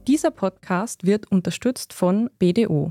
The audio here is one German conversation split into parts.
Dieser Podcast wird unterstützt von BDO.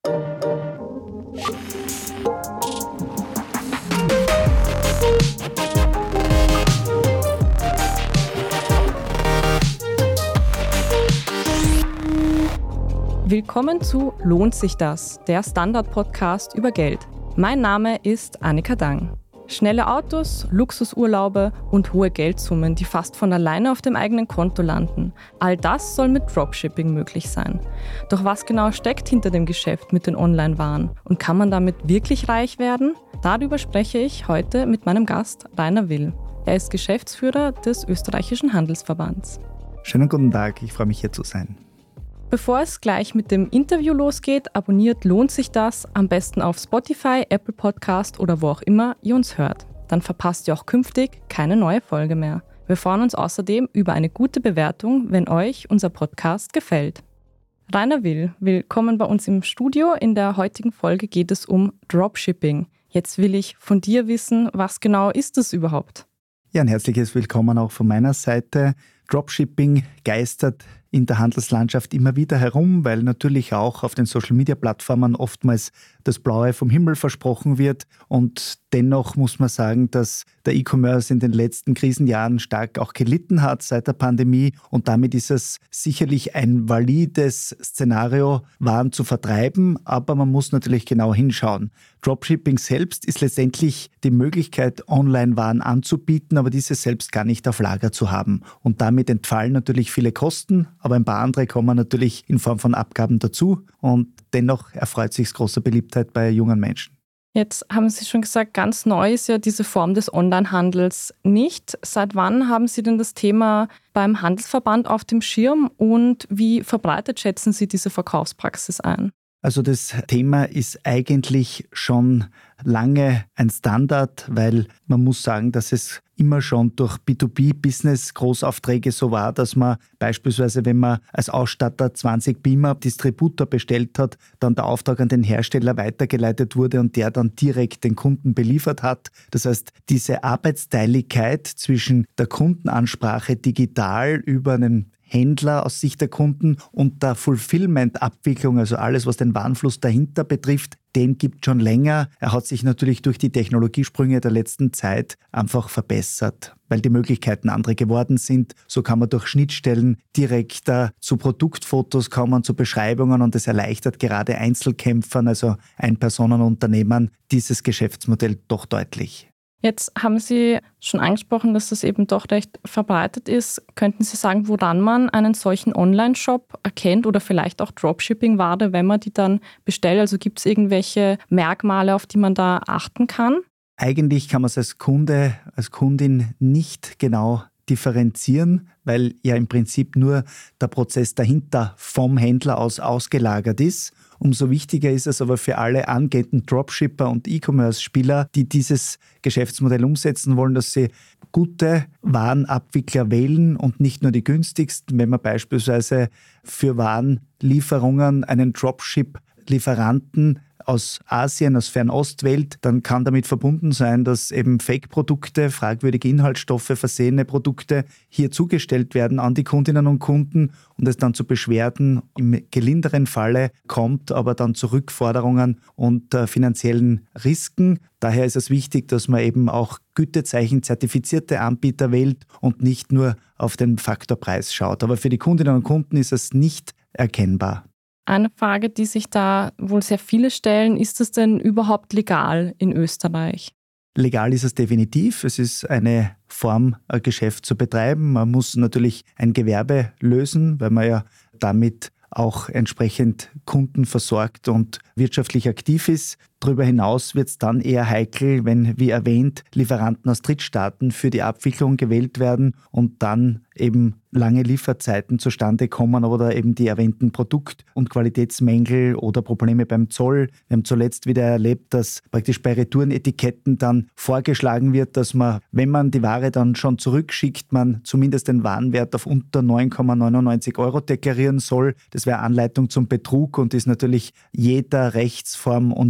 Willkommen zu Lohnt sich das? Der Standard-Podcast über Geld. Mein Name ist Annika Dang. Schnelle Autos, Luxusurlaube und hohe Geldsummen, die fast von alleine auf dem eigenen Konto landen. All das soll mit Dropshipping möglich sein. Doch was genau steckt hinter dem Geschäft mit den Online-Waren? Und kann man damit wirklich reich werden? Darüber spreche ich heute mit meinem Gast Rainer Will. Er ist Geschäftsführer des Österreichischen Handelsverbands. Schönen guten Tag, ich freue mich hier zu sein. Bevor es gleich mit dem Interview losgeht, abonniert Lohnt sich das am besten auf Spotify, Apple Podcast oder wo auch immer ihr uns hört. Dann verpasst ihr auch künftig keine neue Folge mehr. Wir freuen uns außerdem über eine gute Bewertung, wenn euch unser Podcast gefällt. Rainer Will, willkommen bei uns im Studio. In der heutigen Folge geht es um Dropshipping. Jetzt will ich von dir wissen, was genau ist das überhaupt? Ja, ein herzliches Willkommen auch von meiner Seite. Dropshipping geistert in der Handelslandschaft immer wieder herum, weil natürlich auch auf den Social-Media-Plattformen oftmals das Blaue vom Himmel versprochen wird. Und dennoch muss man sagen, dass der E-Commerce in den letzten Krisenjahren stark auch gelitten hat seit der Pandemie. Und damit ist es sicherlich ein valides Szenario, Waren zu vertreiben. Aber man muss natürlich genau hinschauen. Dropshipping selbst ist letztendlich die Möglichkeit, Online-Waren anzubieten, aber diese selbst gar nicht auf Lager zu haben. Und damit entfallen natürlich viele Kosten, aber ein paar andere kommen natürlich in Form von Abgaben dazu. Und dennoch erfreut sich großer Beliebtheit bei jungen Menschen. Jetzt haben Sie schon gesagt, ganz neu ist ja diese Form des Onlinehandels nicht. Seit wann haben Sie denn das Thema beim Handelsverband auf dem Schirm und wie verbreitet schätzen Sie diese Verkaufspraxis ein? Also das Thema ist eigentlich schon lange ein Standard, weil man muss sagen, dass es immer schon durch B2B-Business-Großaufträge so war, dass man beispielsweise, wenn man als Ausstatter 20 Beamer Distributor bestellt hat, dann der Auftrag an den Hersteller weitergeleitet wurde und der dann direkt den Kunden beliefert hat. Das heißt, diese Arbeitsteiligkeit zwischen der Kundenansprache digital über einen Händler aus Sicht der Kunden und der Fulfillment-Abwicklung, also alles, was den Warenfluss dahinter betrifft, den gibt schon länger. Er hat sich natürlich durch die Technologiesprünge der letzten Zeit einfach verbessert, weil die Möglichkeiten andere geworden sind. So kann man durch Schnittstellen direkter zu Produktfotos kommen, zu Beschreibungen und es erleichtert gerade Einzelkämpfern, also Einpersonenunternehmern, dieses Geschäftsmodell doch deutlich. Jetzt haben Sie schon angesprochen, dass das eben doch recht verbreitet ist. Könnten Sie sagen, woran man einen solchen Online-Shop erkennt oder vielleicht auch Dropshipping-Ware, wenn man die dann bestellt? Also gibt es irgendwelche Merkmale, auf die man da achten kann? Eigentlich kann man es als Kunde, als Kundin nicht genau differenzieren, weil ja im Prinzip nur der Prozess dahinter vom Händler aus ausgelagert ist. Umso wichtiger ist es aber für alle angehenden Dropshipper und E-Commerce-Spieler, die dieses Geschäftsmodell umsetzen wollen, dass sie gute Warenabwickler wählen und nicht nur die günstigsten. Wenn man beispielsweise für Warenlieferungen einen Dropship-Lieferanten aus Asien, aus Fernostwelt, dann kann damit verbunden sein, dass eben Fake-Produkte, fragwürdige Inhaltsstoffe, versehene Produkte hier zugestellt werden an die Kundinnen und Kunden und es dann zu Beschwerden im gelinderen Falle kommt, aber dann zu Rückforderungen und finanziellen Risiken. Daher ist es wichtig, dass man eben auch Gütezeichen zertifizierte Anbieter wählt und nicht nur auf den Faktor Preis schaut. Aber für die Kundinnen und Kunden ist es nicht erkennbar. Eine Frage, die sich da wohl sehr viele stellen, ist es denn überhaupt legal in Österreich? Legal ist es definitiv. Es ist eine Form, ein Geschäft zu betreiben. Man muss natürlich ein Gewerbe lösen, weil man ja damit auch entsprechend Kunden versorgt und wirtschaftlich aktiv ist. Darüber hinaus wird es dann eher heikel, wenn, wie erwähnt, Lieferanten aus Drittstaaten für die Abwicklung gewählt werden und dann eben lange Lieferzeiten zustande kommen oder eben die erwähnten Produkt- und Qualitätsmängel oder Probleme beim Zoll. Wir haben zuletzt wieder erlebt, dass praktisch bei Retourenetiketten dann vorgeschlagen wird, dass man, wenn man die Ware dann schon zurückschickt, man zumindest den Warenwert auf unter 9,99 € deklarieren soll. Das wäre Anleitung zum Betrug und ist natürlich jeder Rechtsform und jedem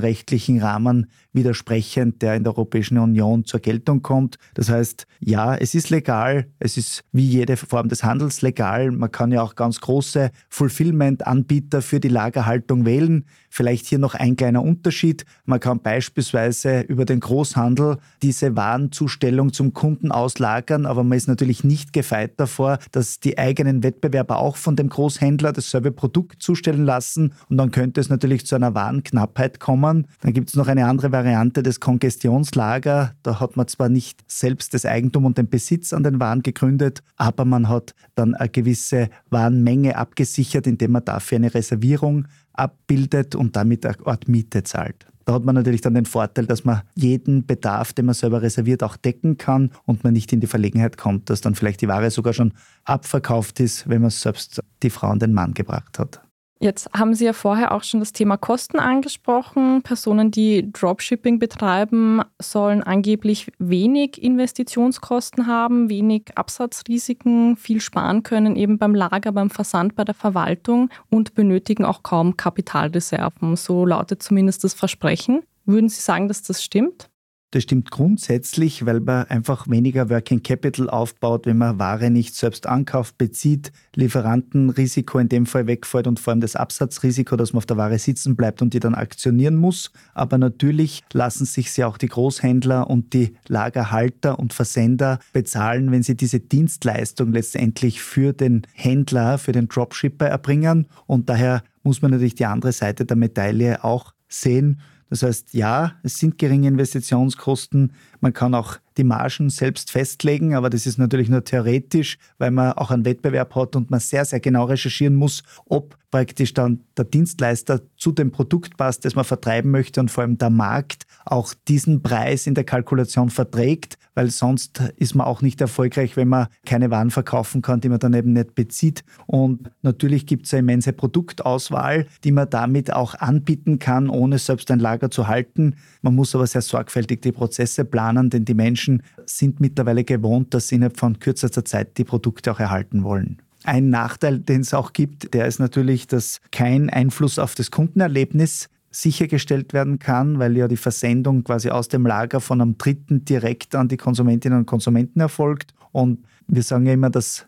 rechtlichen Rahmen widersprechend, der in der Europäischen Union zur Geltung kommt. Das heißt, ja, es ist legal, es ist wie jede Form des Handels legal. Man kann ja auch ganz große Fulfillment-Anbieter für die Lagerhaltung wählen. Vielleicht hier noch ein kleiner Unterschied. Man kann beispielsweise über den Großhandel diese Warenzustellung zum Kunden auslagern, aber man ist natürlich nicht gefeit davor, dass die eigenen Wettbewerber auch von dem Großhändler dasselbe Produkt zustellen lassen und dann könnte es natürlich zu einer Warenknappheit kommen. Dann gibt es noch eine andere Variante, das Kongestionslager. Da hat man zwar nicht selbst das Eigentum und den Besitz an den Waren gegründet, aber man hat dann eine gewisse Warenmenge abgesichert, indem man dafür eine Reservierung abbildet und damit eine Art Miete zahlt. Da hat man natürlich dann den Vorteil, dass man jeden Bedarf, den man selber reserviert, auch decken kann und man nicht in die Verlegenheit kommt, dass dann vielleicht die Ware sogar schon abverkauft ist, wenn man selbst die Frau und den Mann gebracht hat. Jetzt haben Sie ja vorher auch schon das Thema Kosten angesprochen. Personen, die Dropshipping betreiben, sollen angeblich wenig Investitionskosten haben, wenig Absatzrisiken, viel sparen können, eben beim Lager, beim Versand, bei der Verwaltung und benötigen auch kaum Kapitalreserven. So lautet zumindest das Versprechen. Würden Sie sagen, dass das stimmt? Das stimmt grundsätzlich, weil man einfach weniger Working Capital aufbaut, wenn man Ware nicht selbst ankauft, bezieht, Lieferantenrisiko in dem Fall wegfällt und vor allem das Absatzrisiko, dass man auf der Ware sitzen bleibt und die dann aktionieren muss. Aber natürlich lassen sich ja auch die Großhändler und die Lagerhalter und Versender bezahlen, wenn sie diese Dienstleistung letztendlich für den Händler, für den Dropshipper erbringen. Und daher muss man natürlich die andere Seite der Medaille auch sehen. Das heißt, ja, es sind geringe Investitionskosten. Man kann auch die Margen selbst festlegen, aber das ist natürlich nur theoretisch, weil man auch einen Wettbewerb hat und man sehr, sehr genau recherchieren muss, ob praktisch dann der Dienstleister zu dem Produkt passt, das man vertreiben möchte und vor allem der Markt auch diesen Preis in der Kalkulation verträgt, weil sonst ist man auch nicht erfolgreich, wenn man keine Waren verkaufen kann, die man dann eben nicht bezieht. Und natürlich gibt es eine immense Produktauswahl, die man damit auch anbieten kann, ohne selbst ein Lager zu halten. Man muss aber sehr sorgfältig die Prozesse planen, denn die Menschen sind mittlerweile gewohnt, dass sie innerhalb von kürzester Zeit die Produkte auch erhalten wollen. Ein Nachteil, den es auch gibt, der ist natürlich, dass kein Einfluss auf das Kundenerlebnis sichergestellt werden kann, weil ja die Versendung quasi aus dem Lager von einem Dritten direkt an die Konsumentinnen und Konsumenten erfolgt. Und wir sagen ja immer, dass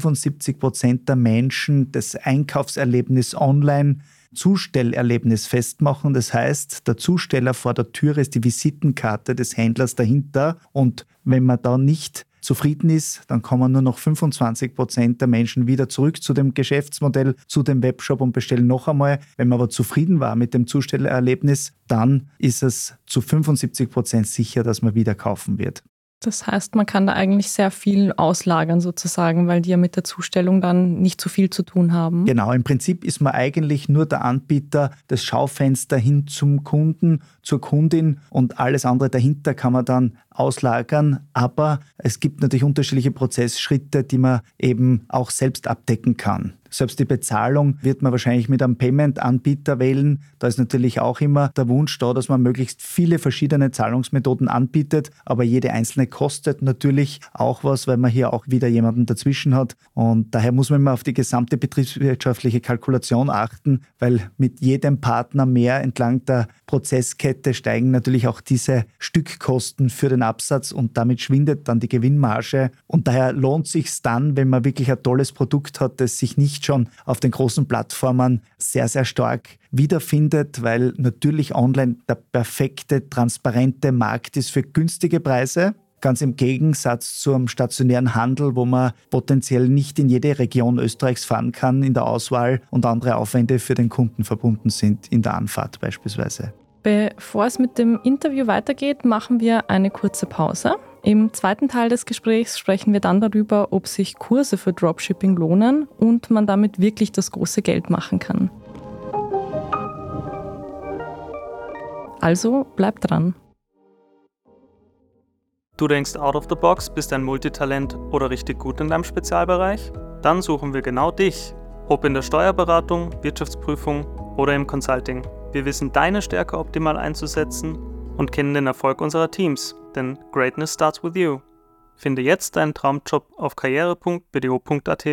75% der Menschen das Einkaufserlebnis online Zustellerlebnis festmachen. Das heißt, der Zusteller vor der Tür ist die Visitenkarte des Händlers dahinter. Und wenn man da nicht zufrieden ist, dann kommen nur noch 25% der Menschen wieder zurück zu dem Geschäftsmodell, zu dem Webshop und bestellen noch einmal. Wenn man aber zufrieden war mit dem Zustellerlebnis, dann ist es zu 75% sicher, dass man wieder kaufen wird. Das heißt, man kann da eigentlich sehr viel auslagern sozusagen, weil die ja mit der Zustellung dann nicht so viel zu tun haben. Genau, im Prinzip ist man eigentlich nur der Anbieter, das Schaufenster hin zum Kunden, zur Kundin und alles andere dahinter kann man dann auslagern. Aber es gibt natürlich unterschiedliche Prozessschritte, die man eben auch selbst abdecken kann. Selbst die Bezahlung wird man wahrscheinlich mit einem Payment-Anbieter wählen. Da ist natürlich auch immer der Wunsch da, dass man möglichst viele verschiedene Zahlungsmethoden anbietet. Aber jede einzelne kostet natürlich auch was, weil man hier auch wieder jemanden dazwischen hat. Und daher muss man immer auf die gesamte betriebswirtschaftliche Kalkulation achten, weil mit jedem Partner mehr entlang der Prozesskette steigen natürlich auch diese Stückkosten für den Absatz und damit schwindet dann die Gewinnmarge. Und daher lohnt es sich dann, wenn man wirklich ein tolles Produkt hat, das sich nicht schon auf den großen Plattformen sehr, sehr stark wiederfindet, weil natürlich online der perfekte, transparente Markt ist für günstige Preise. Ganz im Gegensatz zum stationären Handel, wo man potenziell nicht in jede Region Österreichs fahren kann in der Auswahl und andere Aufwände für den Kunden verbunden sind, in der Anfahrt beispielsweise. Bevor es mit dem Interview weitergeht, machen wir eine kurze Pause. Im zweiten Teil des Gesprächs sprechen wir dann darüber, ob sich Kurse für Dropshipping lohnen und man damit wirklich das große Geld machen kann. Also bleibt dran. Du denkst out of the box, bist ein Multitalent oder richtig gut in deinem Spezialbereich? Dann suchen wir genau dich. Ob in der Steuerberatung, Wirtschaftsprüfung oder im Consulting. Wir wissen deine Stärke optimal einzusetzen und kennen den Erfolg unserer Teams, denn Greatness starts with you. Finde jetzt deinen Traumjob auf karriere.bdo.at.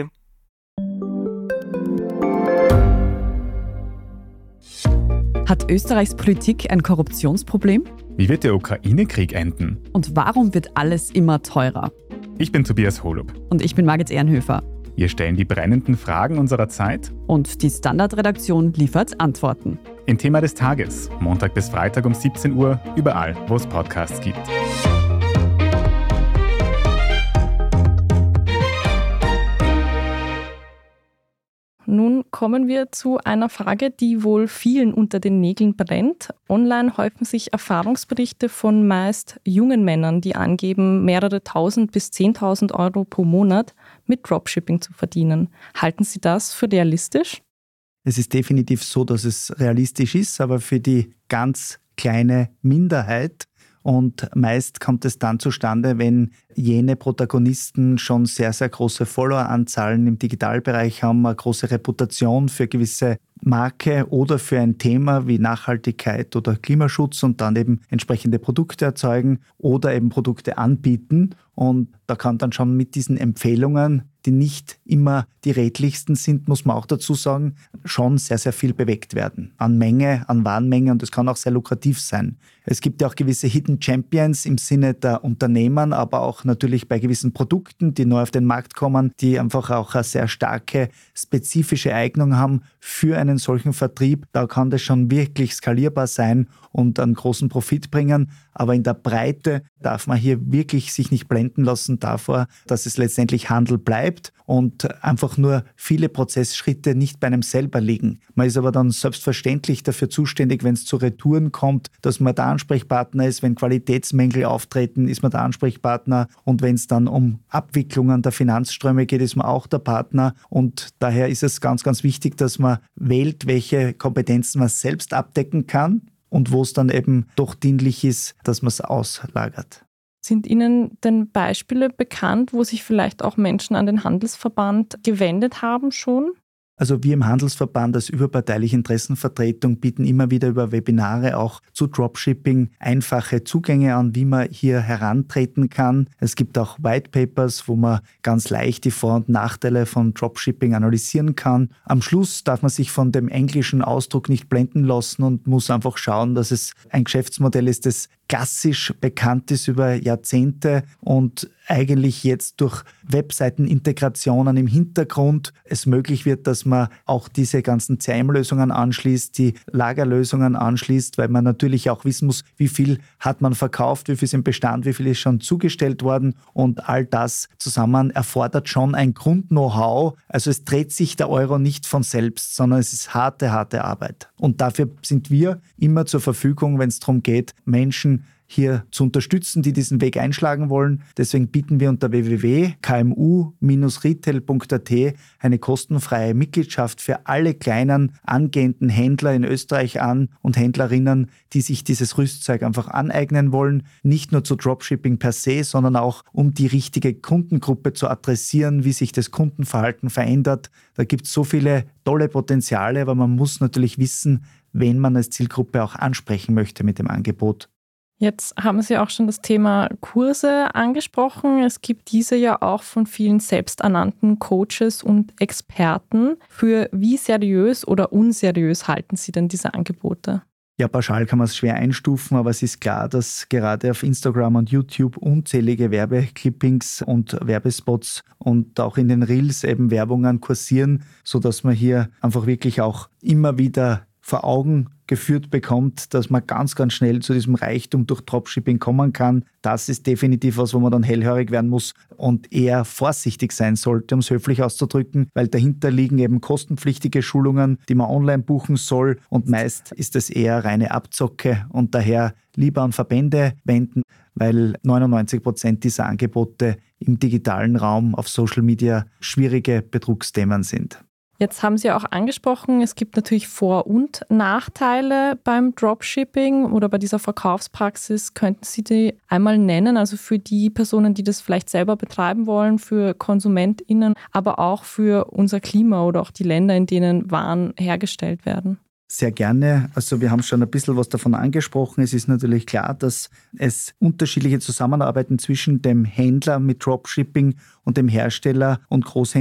Hat Österreichs Politik ein Korruptionsproblem? Wie wird der Ukraine-Krieg enden? Und warum wird alles immer teurer? Ich bin Tobias Holub. Und ich bin Margit Ehrenhöfer. Wir stellen die brennenden Fragen unserer Zeit. Und die Standard-Redaktion liefert Antworten. Im Thema des Tages, Montag bis Freitag um 17 Uhr, überall, wo es Podcasts gibt. Nun kommen wir zu einer Frage, die wohl vielen unter den Nägeln brennt. Online häufen sich Erfahrungsberichte von meist jungen Männern, die angeben, mehrere tausend bis 10.000 Euro pro Monat mit Dropshipping zu verdienen. Halten Sie das für realistisch? Es ist definitiv so, dass es realistisch ist, aber für die ganz kleine Minderheit. Und meist kommt es dann zustande, wenn jene Protagonisten schon sehr, sehr große Followeranzahlen im Digitalbereich haben, eine große Reputation für gewisse Marke oder für ein Thema wie Nachhaltigkeit oder Klimaschutz und dann eben entsprechende Produkte erzeugen oder eben Produkte anbieten. Und da kann dann schon mit diesen Empfehlungen, die nicht immer die redlichsten sind, muss man auch dazu sagen, schon sehr, sehr viel bewegt werden. An Menge, an Warenmenge, und das kann auch sehr lukrativ sein. Es gibt ja auch gewisse Hidden Champions im Sinne der Unternehmen, aber auch natürlich bei gewissen Produkten, die neu auf den Markt kommen, die einfach auch eine sehr starke spezifische Eignung haben für einen solchen Vertrieb. Da kann das schon wirklich skalierbar sein und einen großen Profit bringen. Aber in der Breite darf man hier wirklich sich nicht blenden lassen davor, dass es letztendlich Handel bleibt und einfach nur viele Prozessschritte nicht bei einem selber liegen. Man ist aber dann selbstverständlich dafür zuständig, wenn es zu Retouren kommt, dass man der Ansprechpartner ist. Wenn Qualitätsmängel auftreten, ist man der Ansprechpartner. Und wenn es dann um Abwicklungen der Finanzströme geht, ist man auch der Partner. Und daher ist es ganz, ganz wichtig, dass man wählt, welche Kompetenzen man selbst abdecken kann und wo es dann eben doch dienlich ist, dass man es auslagert. Sind Ihnen denn Beispiele bekannt, wo sich vielleicht auch Menschen an den Handelsverband gewendet haben schon? Also wir im Handelsverband als überparteiliche Interessenvertretung bieten immer wieder über Webinare auch zu Dropshipping einfache Zugänge an, wie man hier herantreten kann. Es gibt auch White Papers, wo man ganz leicht die Vor- und Nachteile von Dropshipping analysieren kann. Am Schluss darf man sich von dem englischen Ausdruck nicht blenden lassen und muss einfach schauen, dass es ein Geschäftsmodell ist, das klassisch bekannt ist über Jahrzehnte und eigentlich jetzt durch Webseitenintegrationen im Hintergrund es möglich wird, dass man auch diese ganzen CRM-Lösungen anschließt, die Lagerlösungen anschließt, weil man natürlich auch wissen muss, wie viel hat man verkauft, wie viel ist im Bestand, wie viel ist schon zugestellt worden, und all das zusammen erfordert schon ein Grund-Know-how. Also es dreht sich der Euro nicht von selbst, sondern es ist harte, harte Arbeit. Und dafür sind wir immer zur Verfügung, wenn es darum geht, Menschen hier zu unterstützen, die diesen Weg einschlagen wollen. Deswegen bieten wir unter www.kmu-retail.at eine kostenfreie Mitgliedschaft für alle kleinen angehenden Händler in Österreich an und Händlerinnen, die sich dieses Rüstzeug einfach aneignen wollen. Nicht nur zu Dropshipping per se, sondern auch um die richtige Kundengruppe zu adressieren, wie sich das Kundenverhalten verändert. Da gibt es so viele tolle Potenziale, aber man muss natürlich wissen, wen man als Zielgruppe auch ansprechen möchte mit dem Angebot. Jetzt haben Sie auch schon das Thema Kurse angesprochen. Es gibt diese ja auch von vielen selbsternannten Coaches und Experten. Für wie seriös oder unseriös halten Sie denn diese Angebote? Ja, pauschal kann man es schwer einstufen, aber es ist klar, dass gerade auf Instagram und YouTube unzählige Werbeclippings und Werbespots und auch in den Reels eben Werbungen kursieren, sodass man hier einfach wirklich auch immer wieder vor Augen geführt bekommt, dass man ganz, ganz schnell zu diesem Reichtum durch Dropshipping kommen kann. Das ist definitiv was, wo man dann hellhörig werden muss und eher vorsichtig sein sollte, um es höflich auszudrücken, weil dahinter liegen eben kostenpflichtige Schulungen, die man online buchen soll, und meist ist es eher reine Abzocke und daher lieber an Verbände wenden, weil 99% dieser Angebote im digitalen Raum auf Social Media schwierige Betrugsthemen sind. Jetzt haben Sie auch angesprochen, es gibt natürlich Vor- und Nachteile beim Dropshipping oder bei dieser Verkaufspraxis. Könnten Sie die einmal nennen, also für die Personen, die das vielleicht selber betreiben wollen, für KonsumentInnen, aber auch für unser Klima oder auch die Länder, in denen Waren hergestellt werden? Sehr gerne. Also wir haben schon ein bisschen was davon angesprochen. Es ist natürlich klar, dass es unterschiedliche Zusammenarbeiten zwischen dem Händler mit Dropshipping und dem Hersteller und Großhändler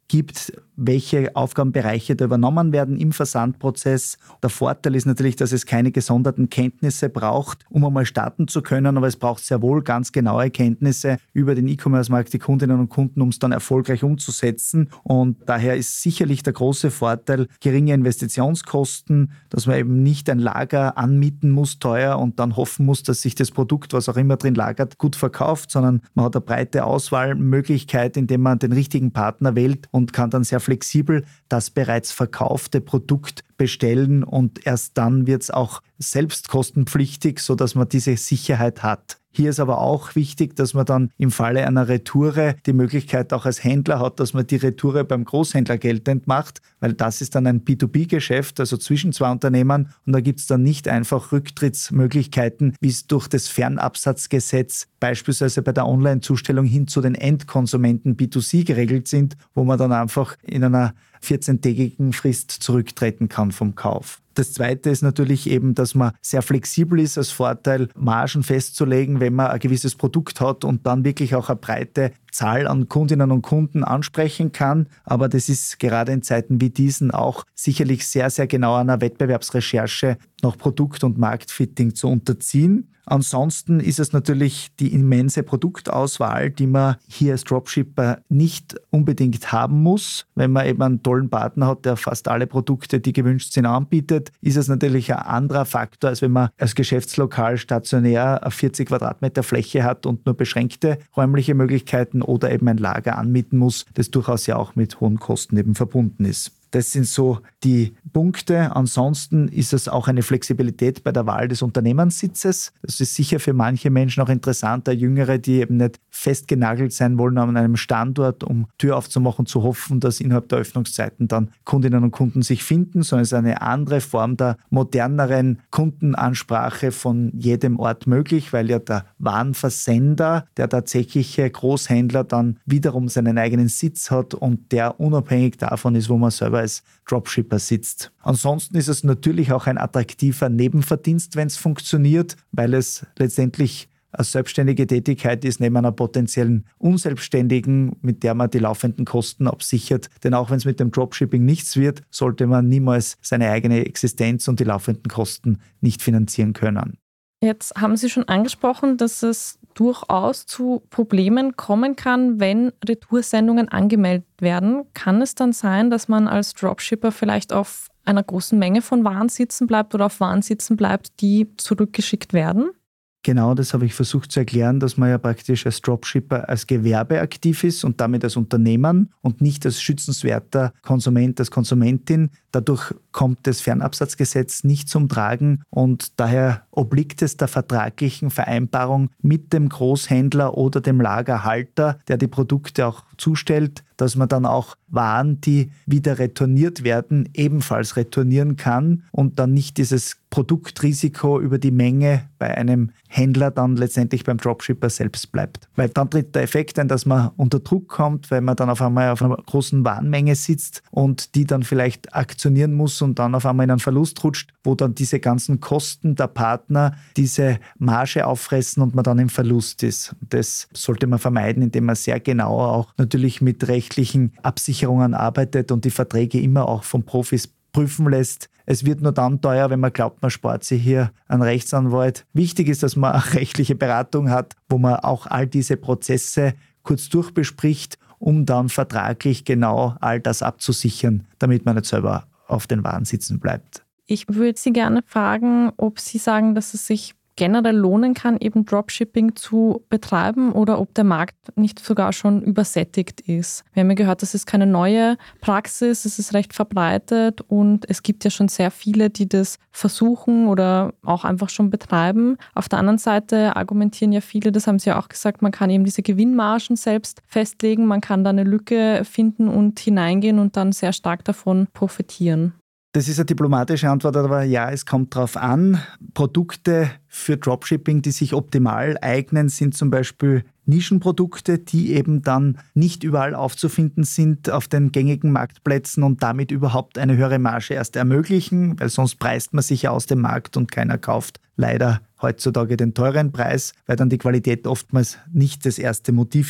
gibt, welche Aufgabenbereiche da übernommen werden im Versandprozess. Der Vorteil ist natürlich, dass es keine gesonderten Kenntnisse braucht, um einmal starten zu können, aber es braucht sehr wohl ganz genaue Kenntnisse über den E-Commerce-Markt, die Kundinnen und Kunden, um es dann erfolgreich umzusetzen. Und daher ist sicherlich der große Vorteil geringe Investitionskosten, dass man eben nicht ein Lager anmieten muss, teuer, und dann hoffen muss, dass sich das Produkt, was auch immer drin lagert, gut verkauft, sondern man hat eine breite Auswahlmöglichkeit, indem man den richtigen Partner wählt und kann dann sehr flexibel das bereits verkaufte Produkt bestellen, und erst dann wird es auch selbst kostenpflichtig, sodass man diese Sicherheit hat. Hier ist aber auch wichtig, dass man dann im Falle einer Retoure die Möglichkeit auch als Händler hat, dass man die Retoure beim Großhändler geltend macht, weil das ist dann ein B2B-Geschäft, also zwischen zwei Unternehmern, und da gibt es dann nicht einfach Rücktrittsmöglichkeiten, wie es durch das Fernabsatzgesetz beispielsweise bei der Online-Zustellung hin zu den Endkonsumenten B2C geregelt sind, wo man dann einfach in einer 14-tägigen Frist zurücktreten kann vom Kauf. Das Zweite ist natürlich eben, dass man sehr flexibel ist, als Vorteil, Margen festzulegen, wenn man ein gewisses Produkt hat und dann wirklich auch eine breite Zahl an Kundinnen und Kunden ansprechen kann. Aber das ist gerade in Zeiten wie diesen auch sicherlich sehr, sehr genau einer Wettbewerbsrecherche nach Produkt- und Marktfitting zu unterziehen. Ansonsten ist es natürlich die immense Produktauswahl, die man hier als Dropshipper nicht unbedingt haben muss. Wenn man eben einen tollen Partner hat, der fast alle Produkte, die gewünscht sind, anbietet, ist es natürlich ein anderer Faktor, als wenn man als Geschäftslokal stationär eine 40 Quadratmeter Fläche hat und nur beschränkte räumliche Möglichkeiten oder eben ein Lager anmieten muss, das durchaus ja auch mit hohen Kosten eben verbunden ist. Das sind so die Punkte. Ansonsten ist es auch eine Flexibilität bei der Wahl des Unternehmenssitzes. Das ist sicher für manche Menschen auch interessant, Jüngere, die eben nicht festgenagelt sein wollen an einem Standort, um Tür aufzumachen, zu hoffen, dass innerhalb der Öffnungszeiten dann Kundinnen und Kunden sich finden, sondern es ist eine andere Form der moderneren Kundenansprache von jedem Ort möglich, weil ja der Warenversender, der tatsächliche Großhändler, dann wiederum seinen eigenen Sitz hat und der unabhängig davon ist, wo man selber als Dropshipper sitzt. Ansonsten ist es natürlich auch ein attraktiver Nebenverdienst, wenn es funktioniert, weil es letztendlich eine selbstständige Tätigkeit ist neben einer potenziellen Unselbstständigen, mit der man die laufenden Kosten absichert. Denn auch wenn es mit dem Dropshipping nichts wird, sollte man niemals seine eigene Existenz und die laufenden Kosten nicht finanzieren können. Jetzt haben Sie schon angesprochen, dass es durchaus zu Problemen kommen kann, wenn Retoursendungen angemeldet werden. Kann es dann sein, dass man als Dropshipper vielleicht auf einer großen Menge von Waren sitzen bleibt oder auf Waren sitzen bleibt, die zurückgeschickt werden? Genau, das habe ich versucht zu erklären, dass man ja praktisch als Dropshipper als Gewerbe aktiv ist und damit als Unternehmen und nicht als schützenswerter Konsument, als Konsumentin. Dadurch kommt das Fernabsatzgesetz nicht zum Tragen und daher obliegt es der vertraglichen Vereinbarung mit dem Großhändler oder dem Lagerhalter, der die Produkte auch zustellt, dass man dann auch Waren, die wieder retourniert werden, ebenfalls retournieren kann und dann nicht dieses Produktrisiko über die Menge bei einem Händler dann letztendlich beim Dropshipper selbst bleibt. Weil dann tritt der Effekt ein, dass man unter Druck kommt, weil man dann auf einmal auf einer großen Warenmenge sitzt und die dann vielleicht aktionieren muss und dann auf einmal in einen Verlust rutscht, wo dann diese ganzen Kosten der Partner diese Marge auffressen und man dann im Verlust ist. Das sollte man vermeiden, indem man sehr genau auch natürlich mit rechtlichen Absicherungen arbeitet und die Verträge immer auch von Profis prüfen lässt. Es wird nur dann teuer, wenn man glaubt, man spart sich hier einen Rechtsanwalt. Wichtig ist, dass man eine rechtliche Beratung hat, wo man auch all diese Prozesse kurz durchbespricht, um dann vertraglich genau all das abzusichern, damit man nicht selber auf den Waren sitzen bleibt. Ich würde Sie gerne fragen, ob Sie sagen, dass es sich generell lohnen kann, eben Dropshipping zu betreiben oder ob der Markt nicht sogar schon übersättigt ist. Wir haben ja gehört, das ist keine neue Praxis, es ist recht verbreitet und es gibt ja schon sehr viele, die das versuchen oder auch einfach schon betreiben. Auf der anderen Seite argumentieren ja viele, das haben Sie ja auch gesagt, man kann eben diese Gewinnmargen selbst festlegen, man kann da eine Lücke finden und hineingehen und dann sehr stark davon profitieren. Das ist eine diplomatische Antwort, aber ja, es kommt darauf an. Produkte für Dropshipping, die sich optimal eignen, sind zum Beispiel Nischenprodukte, die eben dann nicht überall aufzufinden sind auf den gängigen Marktplätzen und damit überhaupt eine höhere Marge erst ermöglichen, weil sonst preist man sich ja aus dem Markt und keiner kauft leider heutzutage den teuren Preis, weil dann die Qualität oftmals nicht das erste Motiv ist.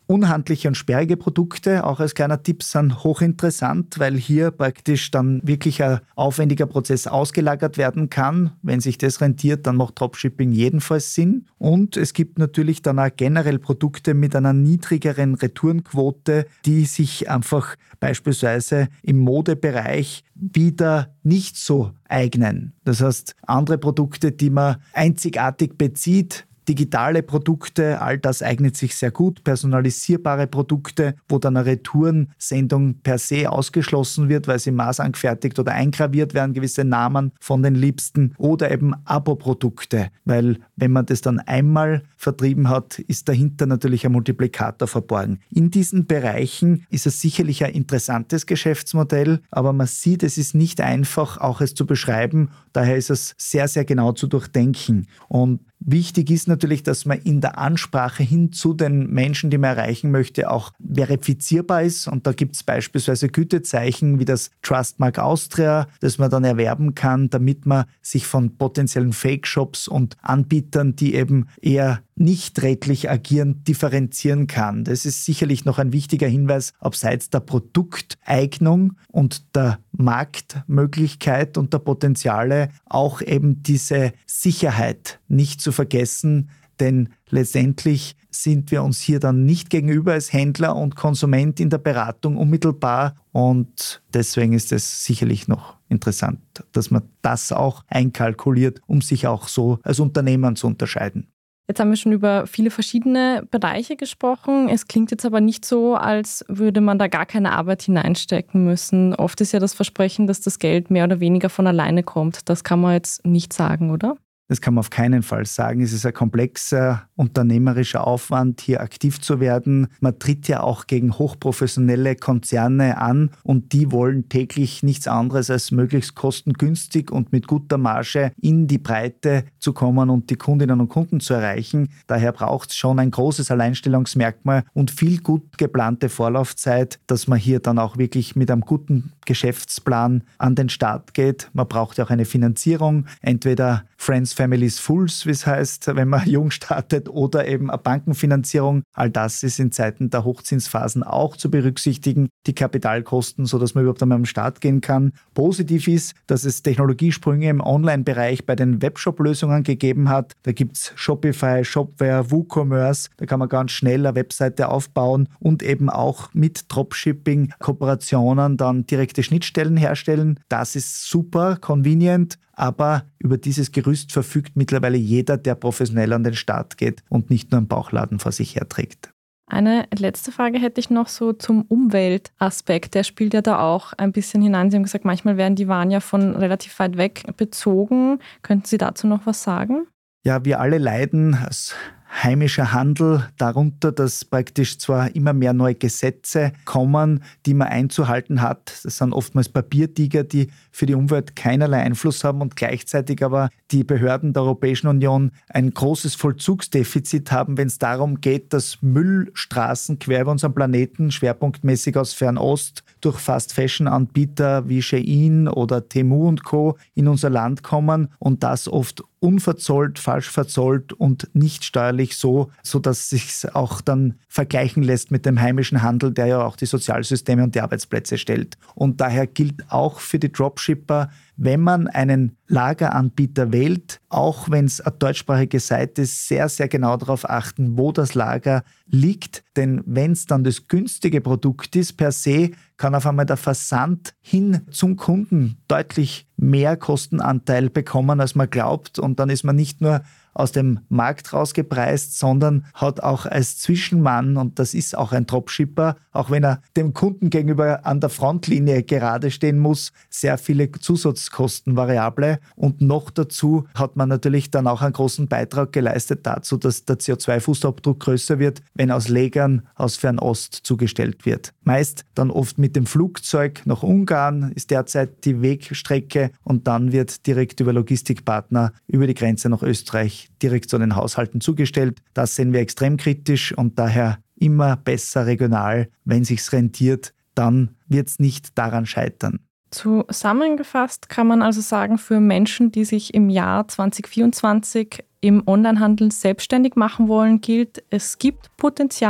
Unhandliche und sperrige Produkte, auch als kleiner Tipp, sind hochinteressant, weil hier praktisch dann wirklich ein aufwendiger Prozess ausgelagert werden kann. Wenn sich das rentiert, dann macht Dropshipping jedenfalls Sinn. Und es gibt natürlich dann auch generell Produkte mit einer niedrigeren Retourenquote, die sich einfach beispielsweise im Modebereich wieder nicht so eignen. Das heißt, andere Produkte, die man einzigartig bezieht, digitale Produkte, all das eignet sich sehr gut. Personalisierbare Produkte, wo dann eine Retourensendung per se ausgeschlossen wird, weil sie maßangefertigt oder eingraviert werden, gewisse Namen von den Liebsten. Oder eben Abo-Produkte, weil wenn man das dann einmal vertrieben hat, ist dahinter natürlich ein Multiplikator verborgen. In diesen Bereichen ist es sicherlich ein interessantes Geschäftsmodell, aber man sieht, es ist nicht einfach, auch es zu beschreiben. Daher ist es sehr, sehr genau zu durchdenken. Und wichtig ist natürlich, dass man in der Ansprache hin zu den Menschen, die man erreichen möchte, auch verifizierbar ist. Und da gibt es beispielsweise Gütezeichen wie das Trustmark Austria, das man dann erwerben kann, damit man sich von potenziellen Fake-Shops und Anbietern, die eben eher nicht redlich agieren, differenzieren kann. Das ist sicherlich noch ein wichtiger Hinweis abseits der Produkteignung und der Marktmöglichkeit und der Potenziale, auch eben diese Sicherheit nicht zu vergessen, denn letztendlich sind wir uns hier dann nicht gegenüber als Händler und Konsument in der Beratung unmittelbar und deswegen ist es sicherlich noch interessant, dass man das auch einkalkuliert, um sich auch so als Unternehmer zu unterscheiden. Jetzt haben wir schon über viele verschiedene Bereiche gesprochen. Es klingt jetzt aber nicht so, als würde man da gar keine Arbeit hineinstecken müssen. Oft ist ja das Versprechen, dass das Geld mehr oder weniger von alleine kommt. Das kann man jetzt nicht sagen, oder? Das kann man auf keinen Fall sagen. Es ist ein komplexer unternehmerischer Aufwand, hier aktiv zu werden. Man tritt ja auch gegen hochprofessionelle Konzerne an und die wollen täglich nichts anderes als möglichst kostengünstig und mit guter Marge in die Breite zu kommen und die Kundinnen und Kunden zu erreichen. Daher braucht es schon ein großes Alleinstellungsmerkmal und viel gut geplante Vorlaufzeit, dass man hier dann auch wirklich mit einem guten Geschäftsplan an den Start geht. Man braucht ja auch eine Finanzierung, entweder Friends, Families, Fools, wie es heißt, wenn man jung startet, oder eben eine Bankenfinanzierung. All das ist in Zeiten der Hochzinsphasen auch zu berücksichtigen, die Kapitalkosten, sodass man überhaupt einmal am Start gehen kann. Positiv ist, dass es Technologiesprünge im Online-Bereich bei den Webshop-Lösungen gegeben hat. Da gibt es Shopify, Shopware, WooCommerce. Da kann man ganz schnell eine Webseite aufbauen und eben auch mit Dropshipping-Kooperationen dann direkte Schnittstellen herstellen. Das ist super convenient, aber über dieses Gerüst verfügt mittlerweile jeder, der professionell an den Start geht und nicht nur einen Bauchladen vor sich herträgt. Eine letzte Frage hätte ich noch so zum Umweltaspekt. Der spielt ja da auch ein bisschen hinein. Sie haben gesagt, manchmal werden die Waren ja von relativ weit weg bezogen. Könnten Sie dazu noch was sagen? Ja, wir alle leiden als heimischer Handel darunter, dass praktisch zwar immer mehr neue Gesetze kommen, die man einzuhalten hat. Das sind oftmals Papiertiger, die für die Umwelt keinerlei Einfluss haben und gleichzeitig aber die Behörden der Europäischen Union ein großes Vollzugsdefizit haben, wenn es darum geht, dass Müllstraßen quer über unseren Planeten, schwerpunktmäßig aus Fernost, durch Fast-Fashion-Anbieter wie Shein oder Temu und Co. in unser Land kommen und das oft unverzollt, falsch verzollt und nicht steuerlich so, sodass es sich auch dann vergleichen lässt mit dem heimischen Handel, der ja auch die Sozialsysteme und die Arbeitsplätze stellt. Und daher gilt auch für die Dropshipper, wenn man einen Lageranbieter wählt, auch wenn es eine deutschsprachige Seite ist, sehr, sehr genau darauf achten, wo das Lager liegt. Denn wenn es dann das günstige Produkt ist per se, kann auf einmal der Versand hin zum Kunden deutlich mehr Kostenanteil bekommen, als man glaubt. Und dann ist man nicht nur aus dem Markt rausgepreist, sondern hat auch als Zwischenmann, und das ist auch ein Dropshipper, auch wenn er dem Kunden gegenüber an der Frontlinie gerade stehen muss, sehr viele Zusatzkosten variable. Und noch dazu hat man natürlich dann auch einen großen Beitrag geleistet dazu, dass der CO2-Fußabdruck größer wird, wenn aus Lägern aus Fernost zugestellt wird. Meist dann oft mit dem Flugzeug nach Ungarn ist derzeit die Wegstrecke und dann wird direkt über Logistikpartner über die Grenze nach Österreich direkt zu den Haushalten zugestellt. Das sehen wir extrem kritisch und daher immer besser regional. Wenn sich's rentiert, dann wird es nicht daran scheitern. Zusammengefasst kann man also sagen, für Menschen, die sich im Jahr 2024 im Onlinehandel selbstständig machen wollen, gilt, es gibt Potenzial.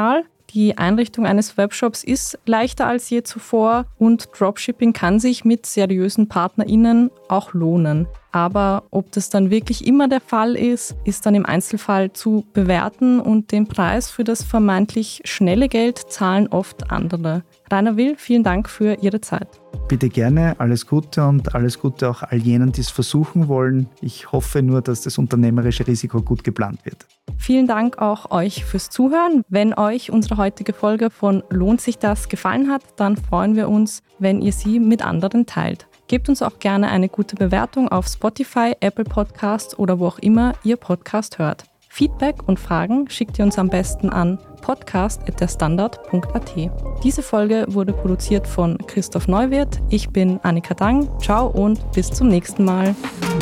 Die Einrichtung eines Webshops ist leichter als je zuvor und Dropshipping kann sich mit seriösen PartnerInnen auch lohnen. Aber ob das dann wirklich immer der Fall ist, ist dann im Einzelfall zu bewerten und den Preis für das vermeintlich schnelle Geld zahlen oft andere. Rainer Will, vielen Dank für Ihre Zeit. Bitte gerne, alles Gute und alles Gute auch all jenen, die es versuchen wollen. Ich hoffe nur, dass das unternehmerische Risiko gut geplant wird. Vielen Dank auch euch fürs Zuhören. Wenn euch unsere heutige Folge von Lohnt sich das gefallen hat, dann freuen wir uns, wenn ihr sie mit anderen teilt. Gebt uns auch gerne eine gute Bewertung auf Spotify, Apple Podcasts oder wo auch immer ihr Podcast hört. Feedback und Fragen schickt ihr uns am besten an podcast@derstandard.at. Diese Folge wurde produziert von Christoph Neuwirth. Ich bin Annika Dang. Ciao und bis zum nächsten Mal.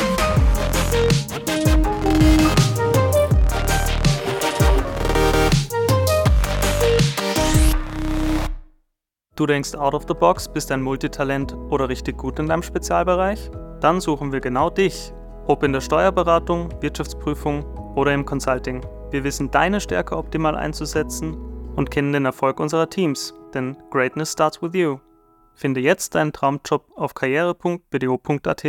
Du denkst out of the box, bist ein Multitalent oder richtig gut in deinem Spezialbereich? Dann suchen wir genau dich. Ob in der Steuerberatung, Wirtschaftsprüfung oder im Consulting. Wir wissen deine Stärke optimal einzusetzen und kennen den Erfolg unserer Teams, denn Greatness starts with you. Finde jetzt deinen Traumjob auf karriere.bdo.at.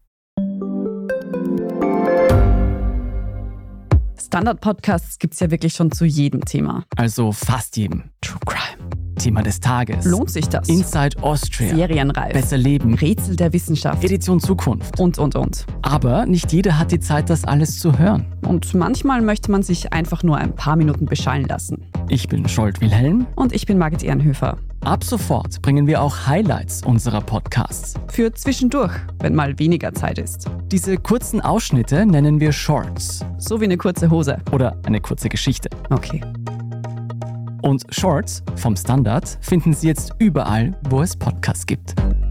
Standard-Podcasts gibt es ja wirklich schon zu jedem Thema. Also fast jedem. True Crime. Thema des Tages. Lohnt sich das? Inside Austria. Serienreif. Besser leben. Rätsel der Wissenschaft. Edition Zukunft. Und. Aber nicht jeder hat die Zeit, das alles zu hören. Und manchmal möchte man sich einfach nur ein paar Minuten beschallen lassen. Ich bin Scholt Wilhelm. Und ich bin Margit Ehrenhöfer. Ab sofort bringen wir auch Highlights unserer Podcasts. Für zwischendurch, wenn mal weniger Zeit ist. Diese kurzen Ausschnitte nennen wir Shorts. So wie eine kurze Hose. Oder eine kurze Geschichte. Okay. Und Shorts vom Standard finden Sie jetzt überall, wo es Podcasts gibt.